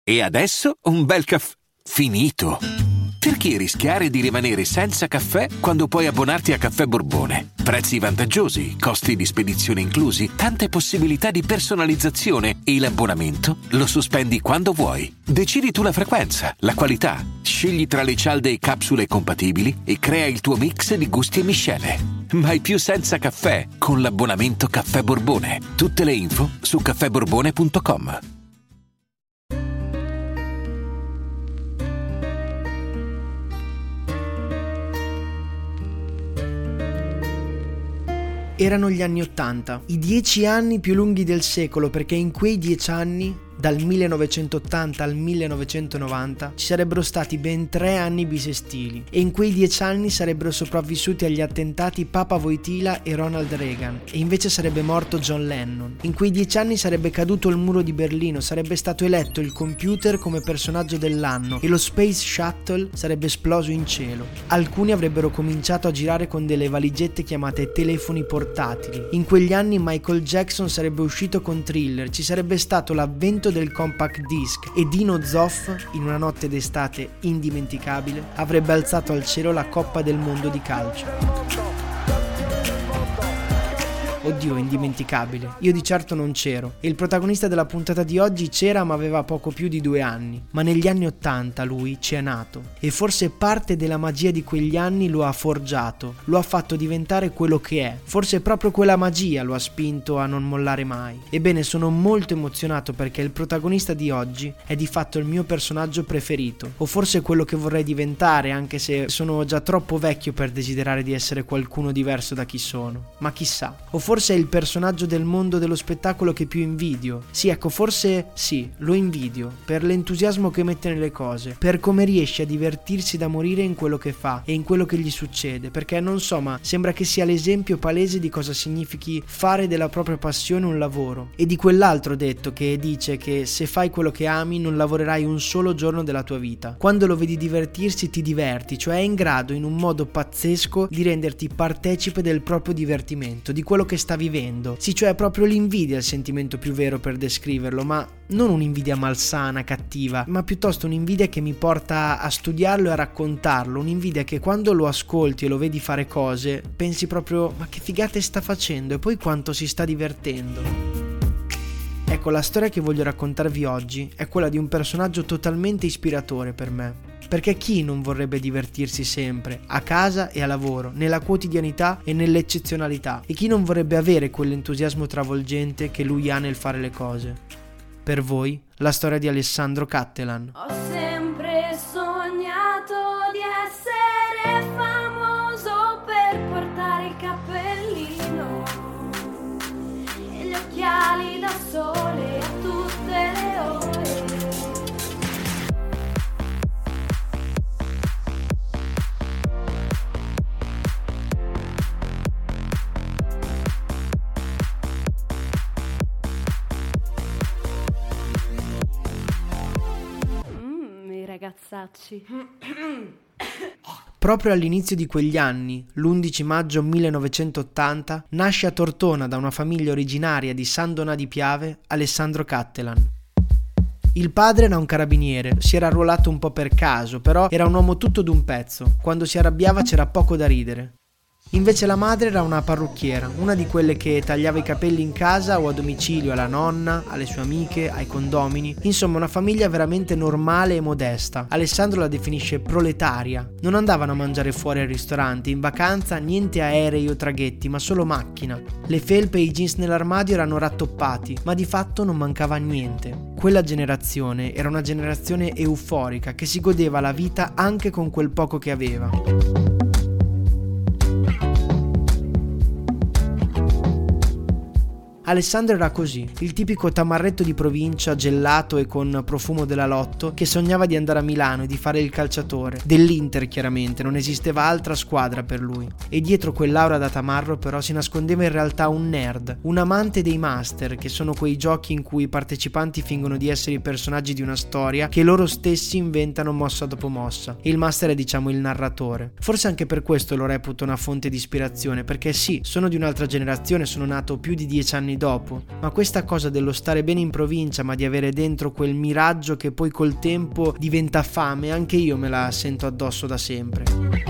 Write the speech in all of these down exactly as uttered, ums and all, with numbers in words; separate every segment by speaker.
Speaker 1: E adesso un bel caffè finito. Perché rischiare di rimanere senza caffè quando puoi abbonarti a Caffè Borbone? Prezzi vantaggiosi, costi di spedizione inclusi, tante possibilità di personalizzazione e l'abbonamento lo sospendi quando vuoi. Decidi tu la frequenza, la qualità, scegli tra le cialde e capsule compatibili e crea il tuo mix di gusti e miscele. Mai più senza caffè con l'abbonamento Caffè Borbone. Tutte le info su caffè borbone punto com.
Speaker 2: Erano gli anni Ottanta, i dieci anni più lunghi del secolo, perché in quei dieci anni, dal millenovecentottanta al millenovecentonovanta, ci sarebbero stati ben tre anni bisestili e in quei dieci anni sarebbero sopravvissuti agli attentati Papa Wojtyla e Ronald Reagan e invece sarebbe morto John Lennon. In quei dieci anni sarebbe caduto il muro di Berlino, sarebbe stato eletto il computer come personaggio dell'anno e lo Space Shuttle sarebbe esploso in cielo. Alcuni avrebbero cominciato a girare con delle valigette chiamate telefoni portatili. In quegli anni Michael Jackson sarebbe uscito con Thriller, ci sarebbe stato l'avvento del compact disc e Dino Zoff, in una notte d'estate indimenticabile, avrebbe alzato al cielo la Coppa del Mondo di calcio. Oddio, indimenticabile. Io di certo non c'ero. E il protagonista della puntata di oggi c'era ma aveva poco più di due anni. Ma negli anni Ottanta lui ci è nato. E forse parte della magia di quegli anni lo ha forgiato. Lo ha fatto diventare quello che è. Forse proprio quella magia lo ha spinto a non mollare mai. Ebbene, sono molto emozionato perché il protagonista di oggi è di fatto il mio personaggio preferito. O forse quello che vorrei diventare, anche se sono già troppo vecchio per desiderare di essere qualcuno diverso da chi sono. Ma chissà. O forse Forse è il personaggio del mondo dello spettacolo che più invidio. Sì, ecco, forse sì, lo invidio per l'entusiasmo che mette nelle cose, per come riesce a divertirsi da morire in quello che fa e in quello che gli succede, perché non so, ma sembra che sia l'esempio palese di cosa significhi fare della propria passione un lavoro e di quell'altro detto che dice che se fai quello che ami non lavorerai un solo giorno della tua vita. Quando lo vedi divertirsi ti diverti, cioè è in grado in un modo pazzesco di renderti partecipe del proprio divertimento, di quello che sta vivendo. Sì, cioè proprio l'invidia è il sentimento più vero per descriverlo, ma non un'invidia malsana, cattiva, ma piuttosto un'invidia che mi porta a studiarlo e a raccontarlo, un'invidia che quando lo ascolti e lo vedi fare cose, pensi proprio ma che figate sta facendo e poi quanto si sta divertendo. Ecco, la storia che voglio raccontarvi oggi è quella di un personaggio totalmente ispiratore per me. Perché chi non vorrebbe divertirsi sempre, a casa e a lavoro, nella quotidianità e nell'eccezionalità? E chi non vorrebbe avere quell'entusiasmo travolgente che lui ha nel fare le cose? Per voi, la storia di Alessandro Cattelan.
Speaker 3: Ho sempre sognato di essere famoso per portare il cappellino e gli occhiali da sole a tutte le ore. Ragazzacci.
Speaker 2: Proprio all'inizio di quegli anni, l'undici maggio millenovecentottanta, nasce a Tortona da una famiglia originaria di San Donà di Piave Alessandro Cattelan. Il padre era un carabiniere, si era arruolato un po' per caso, però era un uomo tutto d'un pezzo, quando si arrabbiava c'era poco da ridere. Invece la madre era una parrucchiera, una di quelle che tagliava i capelli in casa o a domicilio alla nonna, alle sue amiche, ai condomini, insomma una famiglia veramente normale e modesta. Alessandro la definisce proletaria. Non andavano a mangiare fuori al ristorante, in vacanza niente aerei o traghetti, ma solo macchina. Le felpe e i jeans nell'armadio erano rattoppati, ma di fatto non mancava niente. Quella generazione era una generazione euforica che si godeva la vita anche con quel poco che aveva. Alessandro era così, il tipico tamarretto di provincia gelato e con profumo della Lotto che sognava di andare a Milano e di fare il calciatore, dell'Inter chiaramente, non esisteva altra squadra per lui. E dietro quell'aura da tamarro però si nascondeva in realtà un nerd, un amante dei master, che sono quei giochi in cui i partecipanti fingono di essere i personaggi di una storia che loro stessi inventano mossa dopo mossa, e il master è diciamo il narratore. Forse anche per questo lo reputo una fonte di ispirazione, perché sì, sono di un'altra generazione, sono nato più di dieci anni anni dopo, ma questa cosa dello stare bene in provincia ma di avere dentro quel miraggio che poi col tempo diventa fame, anche io me la sento addosso da sempre.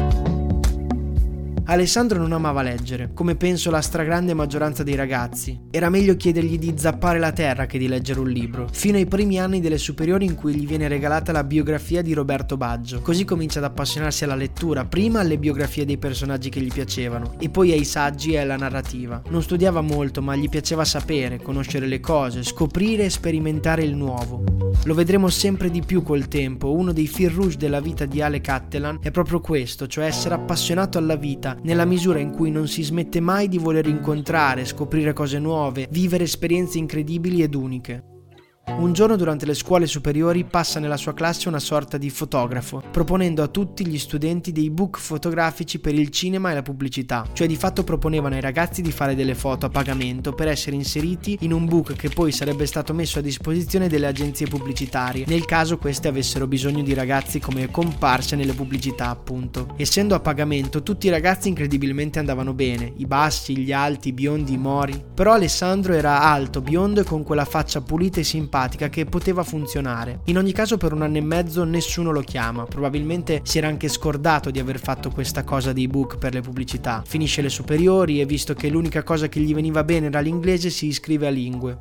Speaker 2: Alessandro non amava leggere, come penso la stragrande maggioranza dei ragazzi. Era meglio chiedergli di zappare la terra che di leggere un libro, fino ai primi anni delle superiori in cui gli viene regalata la biografia di Roberto Baggio. Così comincia ad appassionarsi alla lettura, prima alle biografie dei personaggi che gli piacevano, e poi ai saggi e alla narrativa. Non studiava molto, ma gli piaceva sapere, conoscere le cose, scoprire e sperimentare il nuovo. Lo vedremo sempre di più col tempo. Uno dei fil rouge della vita di Ale Cattelan è proprio questo, cioè essere appassionato alla vita, nella misura in cui non si smette mai di voler incontrare, scoprire cose nuove, vivere esperienze incredibili ed uniche. Un giorno durante le scuole superiori passa nella sua classe una sorta di fotografo, proponendo a tutti gli studenti dei book fotografici per il cinema e la pubblicità, cioè di fatto proponevano ai ragazzi di fare delle foto a pagamento per essere inseriti in un book che poi sarebbe stato messo a disposizione delle agenzie pubblicitarie, nel caso queste avessero bisogno di ragazzi come comparse nelle pubblicità, appunto. Essendo a pagamento, tutti i ragazzi incredibilmente andavano bene, i bassi, gli alti, i biondi, i mori, però Alessandro era alto, biondo e con quella faccia pulita e simpatica che poteva funzionare. In ogni caso per un anno e mezzo nessuno lo chiama, probabilmente si era anche scordato di aver fatto questa cosa dei book per le pubblicità. Finisce le superiori e visto che l'unica cosa che gli veniva bene era l'inglese si iscrive a lingue.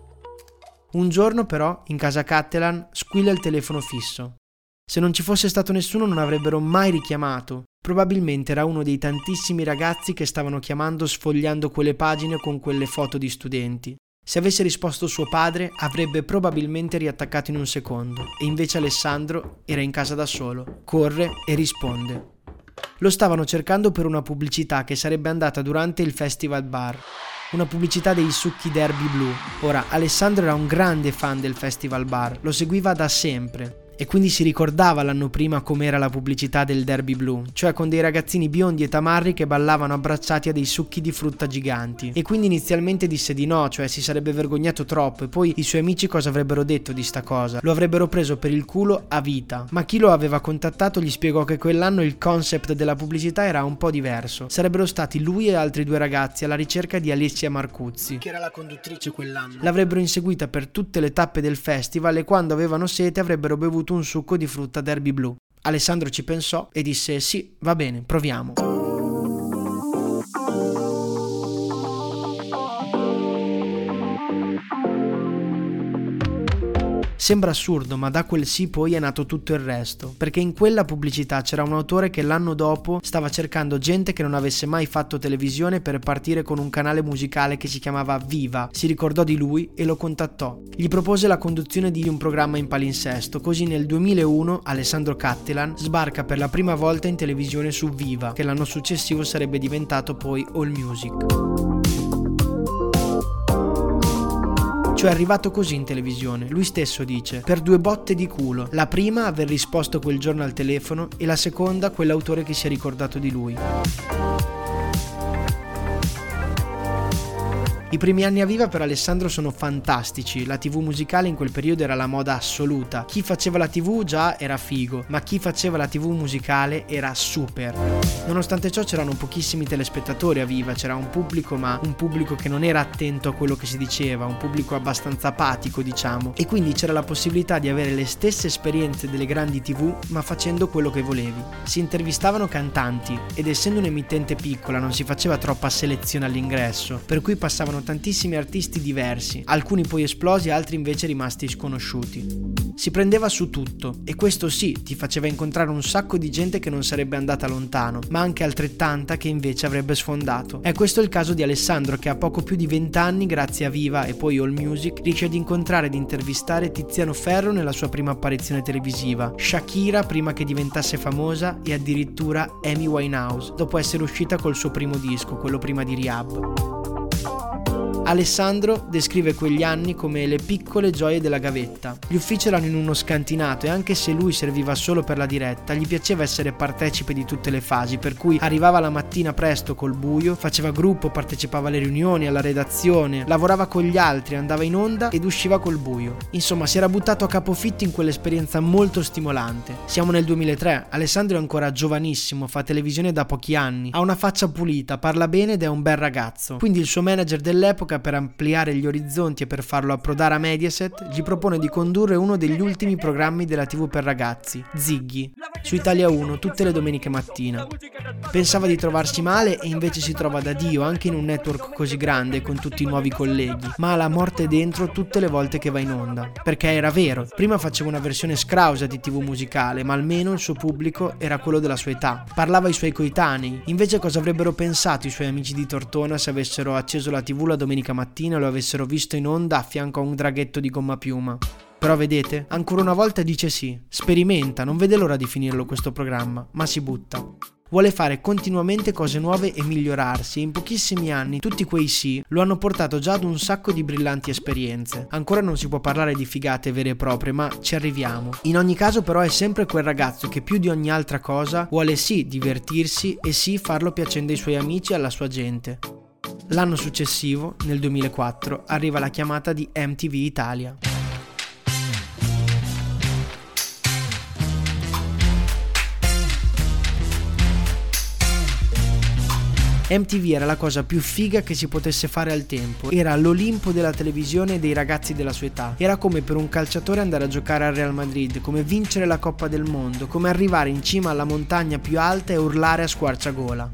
Speaker 2: Un giorno però in casa Cattelan squilla il telefono fisso. Se non ci fosse stato nessuno non avrebbero mai richiamato. Probabilmente era uno dei tantissimi ragazzi che stavano chiamando sfogliando quelle pagine con quelle foto di studenti. Se avesse risposto suo padre avrebbe probabilmente riattaccato in un secondo, e invece Alessandro era in casa da solo, corre e risponde. Lo stavano cercando per una pubblicità che sarebbe andata durante il Festival Bar, una pubblicità dei succhi Derby Blu. Ora, Alessandro era un grande fan del Festival Bar, lo seguiva da sempre. E quindi si ricordava l'anno prima com'era la pubblicità del Derby Blu, cioè con dei ragazzini biondi e tamarri che ballavano abbracciati a dei succhi di frutta giganti. E quindi inizialmente disse di no, cioè si sarebbe vergognato troppo, e poi i suoi amici cosa avrebbero detto di sta cosa? Lo avrebbero preso per il culo a vita. Ma chi lo aveva contattato gli spiegò che quell'anno il concept della pubblicità era un po' diverso. Sarebbero stati lui e altri due ragazzi alla ricerca di Alessia Marcuzzi, che era la conduttrice quell'anno. L'avrebbero inseguita per tutte le tappe del festival e quando avevano sete avrebbero bevuto un succo di frutta Derby Blu. Alessandro ci pensò e disse sì, va bene, proviamo. Sembra assurdo, ma da quel sì poi è nato tutto il resto, perché in quella pubblicità c'era un autore che l'anno dopo stava cercando gente che non avesse mai fatto televisione per partire con un canale musicale che si chiamava Viva. Si ricordò di lui e lo contattò. Gli propose la conduzione di un programma in palinsesto, così nel duemilauno Alessandro Cattelan sbarca per la prima volta in televisione su Viva, che l'anno successivo sarebbe diventato poi All Music. Cioè è arrivato così in televisione, lui stesso dice, per due botte di culo. La prima aver risposto quel giorno al telefono e la seconda quell'autore che si è ricordato di lui. I primi anni a Viva per Alessandro sono fantastici, la tivù musicale in quel periodo era la moda assoluta. Chi faceva la tivù già era figo, ma chi faceva la tivù musicale era super. Nonostante ciò c'erano pochissimi telespettatori a Viva, c'era un pubblico ma un pubblico che non era attento a quello che si diceva, un pubblico abbastanza apatico diciamo, e quindi c'era la possibilità di avere le stesse esperienze delle grandi tivù ma facendo quello che volevi. Si intervistavano cantanti ed essendo un'emittente piccola non si faceva troppa selezione all'ingresso, per cui passavano tantissimi artisti diversi, alcuni poi esplosi, altri invece rimasti sconosciuti. Si prendeva su tutto e questo sì ti faceva incontrare un sacco di gente che non sarebbe andata lontano, ma anche altrettanta che invece avrebbe sfondato. È questo il caso di Alessandro che a poco più di venti anni, grazie a Viva e poi All Music, riesce ad incontrare ed intervistare Tiziano Ferro nella sua prima apparizione televisiva, Shakira prima che diventasse famosa e addirittura Amy Winehouse, dopo essere uscita col suo primo disco, quello prima di Rehab. Alessandro descrive quegli anni come le piccole gioie della gavetta. Gli uffici erano in uno scantinato e anche se lui serviva solo per la diretta, gli piaceva essere partecipe di tutte le fasi, per cui arrivava la mattina presto col buio, faceva gruppo, partecipava alle riunioni, alla redazione, lavorava con gli altri, andava in onda ed usciva col buio. Insomma, si era buttato a capofitto in quell'esperienza molto stimolante. Siamo nel duemilatré, Alessandro è ancora giovanissimo, fa televisione da pochi anni, ha una faccia pulita, parla bene ed è un bel ragazzo. Quindi il suo manager dell'epoca all'epoca, per ampliare gli orizzonti e per farlo approdare a Mediaset, gli propone di condurre uno degli ultimi programmi della tivù per ragazzi, Ziggy, su Italia uno tutte le domeniche mattina. Pensava di trovarsi male e invece si trova da Dio anche in un network così grande con tutti i nuovi colleghi, ma ha la morte dentro tutte le volte che va in onda. Perché era vero, prima faceva una versione scrausa di tivù musicale, ma almeno il suo pubblico era quello della sua età. Parlava ai suoi coetanei. Invece cosa avrebbero pensato i suoi amici di Tortona se avessero acceso la tivù la domenica mattina e lo avessero visto in onda a fianco a un draghetto di gomma piuma? Però vedete, ancora una volta dice sì, sperimenta, non vede l'ora di finirlo questo programma, ma si butta. Vuole fare continuamente cose nuove e migliorarsi, e in pochissimi anni tutti quei sì lo hanno portato già ad un sacco di brillanti esperienze. Ancora non si può parlare di figate vere e proprie, ma ci arriviamo. In ogni caso però è sempre quel ragazzo che più di ogni altra cosa vuole sì divertirsi e sì farlo piacendo ai suoi amici e alla sua gente. L'anno successivo, nel duemilaquattro, arriva la chiamata di M T V Italia. M T V era la cosa più figa che si potesse fare al tempo, era l'Olimpo della televisione e dei ragazzi della sua età, era come per un calciatore andare a giocare al Real Madrid, come vincere la Coppa del Mondo, come arrivare in cima alla montagna più alta e urlare a squarciagola.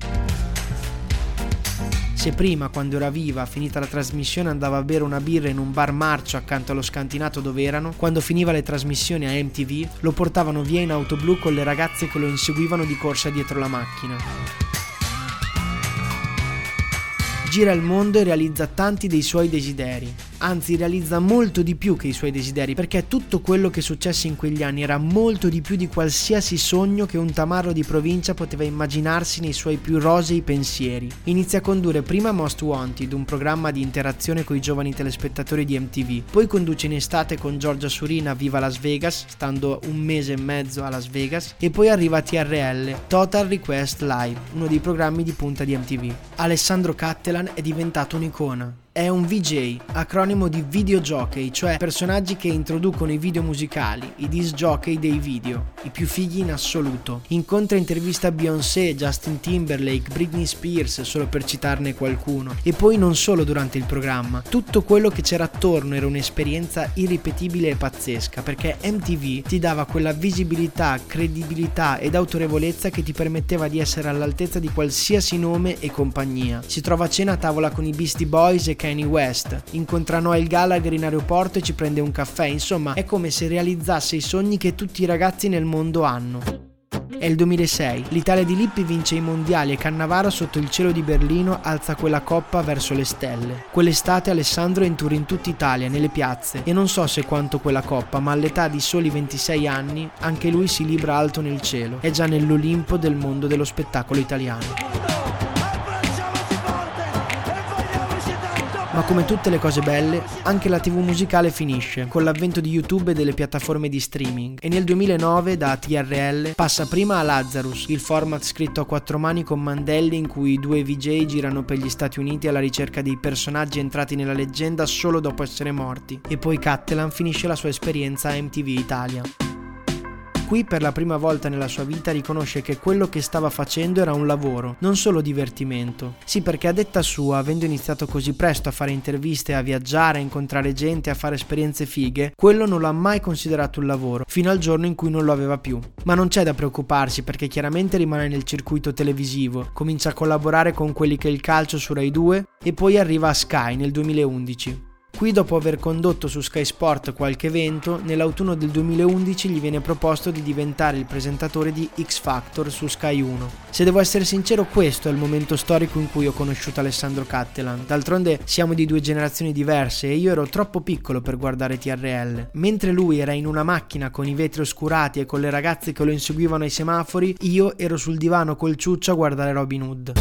Speaker 2: Se prima, quando era viva, finita la trasmissione andava a bere una birra in un bar marcio accanto allo scantinato dove erano, quando finiva le trasmissioni a M T V lo portavano via in auto blu con le ragazze che lo inseguivano di corsa dietro la macchina. Gira il mondo e realizza tanti dei suoi desideri, anzi realizza molto di più che i suoi desideri, perché tutto quello che successe in quegli anni era molto di più di qualsiasi sogno che un tamarro di provincia poteva immaginarsi nei suoi più rosei pensieri. Inizia a condurre prima Most Wanted, un programma di interazione con i giovani telespettatori di M T V, poi conduce in estate con Giorgia Surina Viva Las Vegas, stando un mese e mezzo a Las Vegas, e poi arriva a T R L, Total Request Live, uno dei programmi di punta di M T V. Alessandro Cattelan è diventato un'icona. È un V J, acronimo di video jockey, cioè personaggi che introducono i video musicali, i disc jockey dei video, i più fighi in assoluto. Incontra e intervista Beyoncé, Justin Timberlake, Britney Spears, solo per citarne qualcuno. E poi non solo durante il programma, tutto quello che c'era attorno era un'esperienza irripetibile e pazzesca, perché M T V ti dava quella visibilità, credibilità ed autorevolezza che ti permetteva di essere all'altezza di qualsiasi nome e compagnia. Si trova a cena a tavola con i Beastie Boys e Kanye West, incontra Noel Gallagher in aeroporto e ci prende un caffè, insomma è come se realizzasse i sogni che tutti i ragazzi nel mondo hanno. È il duemilasei, l'Italia di Lippi vince i mondiali e Cannavaro sotto il cielo di Berlino alza quella coppa verso le stelle. Quell'estate Alessandro è in tour in tutta Italia, nelle piazze, e non so se quanto quella coppa, ma all'età di soli ventisei anni anche lui si libra alto nel cielo, è già nell'Olimpo del mondo dello spettacolo italiano. Ma come tutte le cose belle, anche la tivù musicale finisce, con l'avvento di YouTube e delle piattaforme di streaming, e nel duemilanove da T R L passa prima a Lazarus, il format scritto a quattro mani con mandelli in cui i due V J girano per gli Stati Uniti alla ricerca dei personaggi entrati nella leggenda solo dopo essere morti, e poi Cattelan finisce la sua esperienza a M T V Italia. Qui per la prima volta nella sua vita riconosce che quello che stava facendo era un lavoro, non solo divertimento. Sì, perché a detta sua, avendo iniziato così presto a fare interviste, a viaggiare, a incontrare gente, a fare esperienze fighe, quello non l'ha mai considerato un lavoro, fino al giorno in cui non lo aveva più. Ma non c'è da preoccuparsi, perché chiaramente rimane nel circuito televisivo, comincia a collaborare con quelli che è il calcio su Rai due e poi arriva a Sky nel duemilaundici. Qui, dopo aver condotto su Sky Sport qualche evento, nell'autunno del duemilaundici gli viene proposto di diventare il presentatore di X Factor su Sky uno. Se devo essere sincero, questo è il momento storico in cui ho conosciuto Alessandro Cattelan. D'altronde siamo di due generazioni diverse e io ero troppo piccolo per guardare T R L. Mentre lui era in una macchina con i vetri oscurati e con le ragazze che lo inseguivano ai semafori, io ero sul divano col ciuccio a guardare Robin Hood.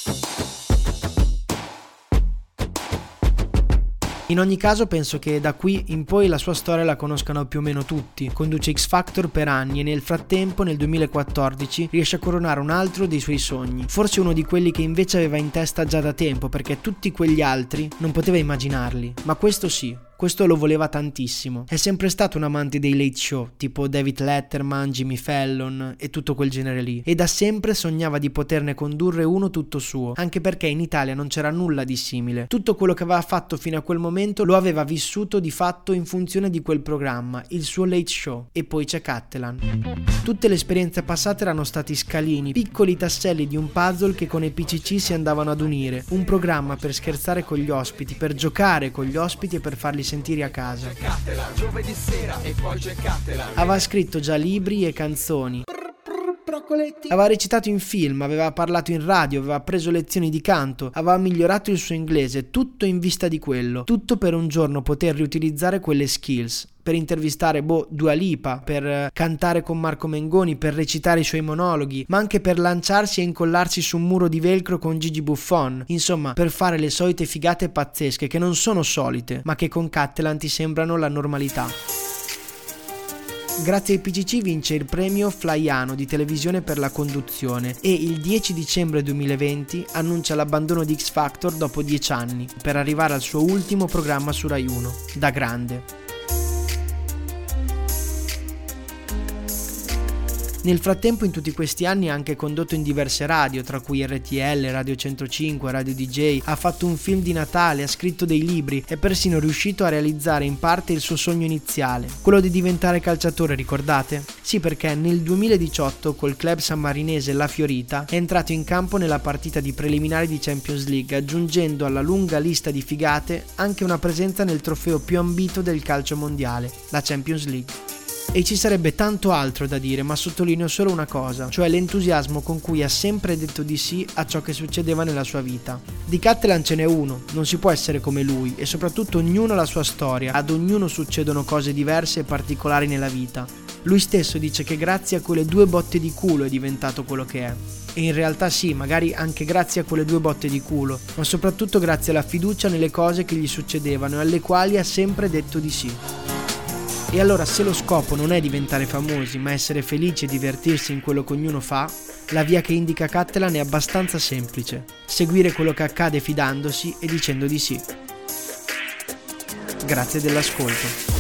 Speaker 2: In ogni caso penso che da qui in poi la sua storia la conoscano più o meno tutti. Conduce X Factor per anni e nel frattempo, nel duemilaquattordici, riesce a coronare un altro dei suoi sogni. Forse uno di quelli che invece aveva in testa già da tempo, perché tutti quegli altri non poteva immaginarli. Ma questo sì, Questo lo voleva tantissimo. È sempre stato un amante dei late show, tipo David Letterman, Jimmy Fallon e tutto quel genere lì. E da sempre sognava di poterne condurre uno tutto suo, anche perché in Italia non c'era nulla di simile. Tutto quello che aveva fatto fino a quel momento lo aveva vissuto di fatto in funzione di quel programma, il suo late show. E poi c'è Cattelan. Tutte le esperienze passate erano stati scalini, piccoli tasselli di un puzzle che con i P C C si andavano ad unire. Un programma per scherzare con gli ospiti, per giocare con gli ospiti e per farli sentire a casa. Aveva scritto già libri e canzoni, aveva recitato in film, aveva parlato in radio, aveva preso lezioni di canto, aveva migliorato il suo inglese, tutto in vista di quello, tutto per un giorno poter riutilizzare quelle skills, per intervistare boh, Dua Lipa, per cantare con Marco Mengoni, per recitare i suoi monologhi, ma anche per lanciarsi e incollarsi su un muro di velcro con Gigi Buffon, insomma per fare le solite figate pazzesche che non sono solite, ma che con Cattelan ti sembrano la normalità. Grazie ai P C C vince il premio Flaiano di televisione per la conduzione e il dieci dicembre duemilaventi annuncia l'abbandono di X Factor dopo dieci anni, per arrivare al suo ultimo programma su Rai uno, Da Grande. Nel frattempo in tutti questi anni ha anche condotto in diverse radio, tra cui R T L, Radio centocinque, Radio D J, ha fatto un film di Natale, ha scritto dei libri, è persino riuscito a realizzare in parte il suo sogno iniziale, quello di diventare calciatore, ricordate? Sì, perché nel duemiladiciotto col club sammarinese La Fiorita è entrato in campo nella partita di preliminari di Champions League, aggiungendo alla lunga lista di figate anche una presenza nel trofeo più ambito del calcio mondiale, la Champions League. E ci sarebbe tanto altro da dire, ma sottolineo solo una cosa, cioè l'entusiasmo con cui ha sempre detto di sì a ciò che succedeva nella sua vita. Di Cattelan ce n'è uno, non si può essere come lui e soprattutto ognuno ha la sua storia, ad ognuno succedono cose diverse e particolari nella vita. Lui stesso dice che grazie a quelle due botte di culo è diventato quello che è. E in realtà sì, magari anche grazie a quelle due botte di culo, ma soprattutto grazie alla fiducia nelle cose che gli succedevano e alle quali ha sempre detto di sì. E allora se lo scopo non è diventare famosi, ma essere felici e divertirsi in quello che ognuno fa, la via che indica Cattelan è abbastanza semplice: seguire quello che accade fidandosi e dicendo di sì. Grazie dell'ascolto.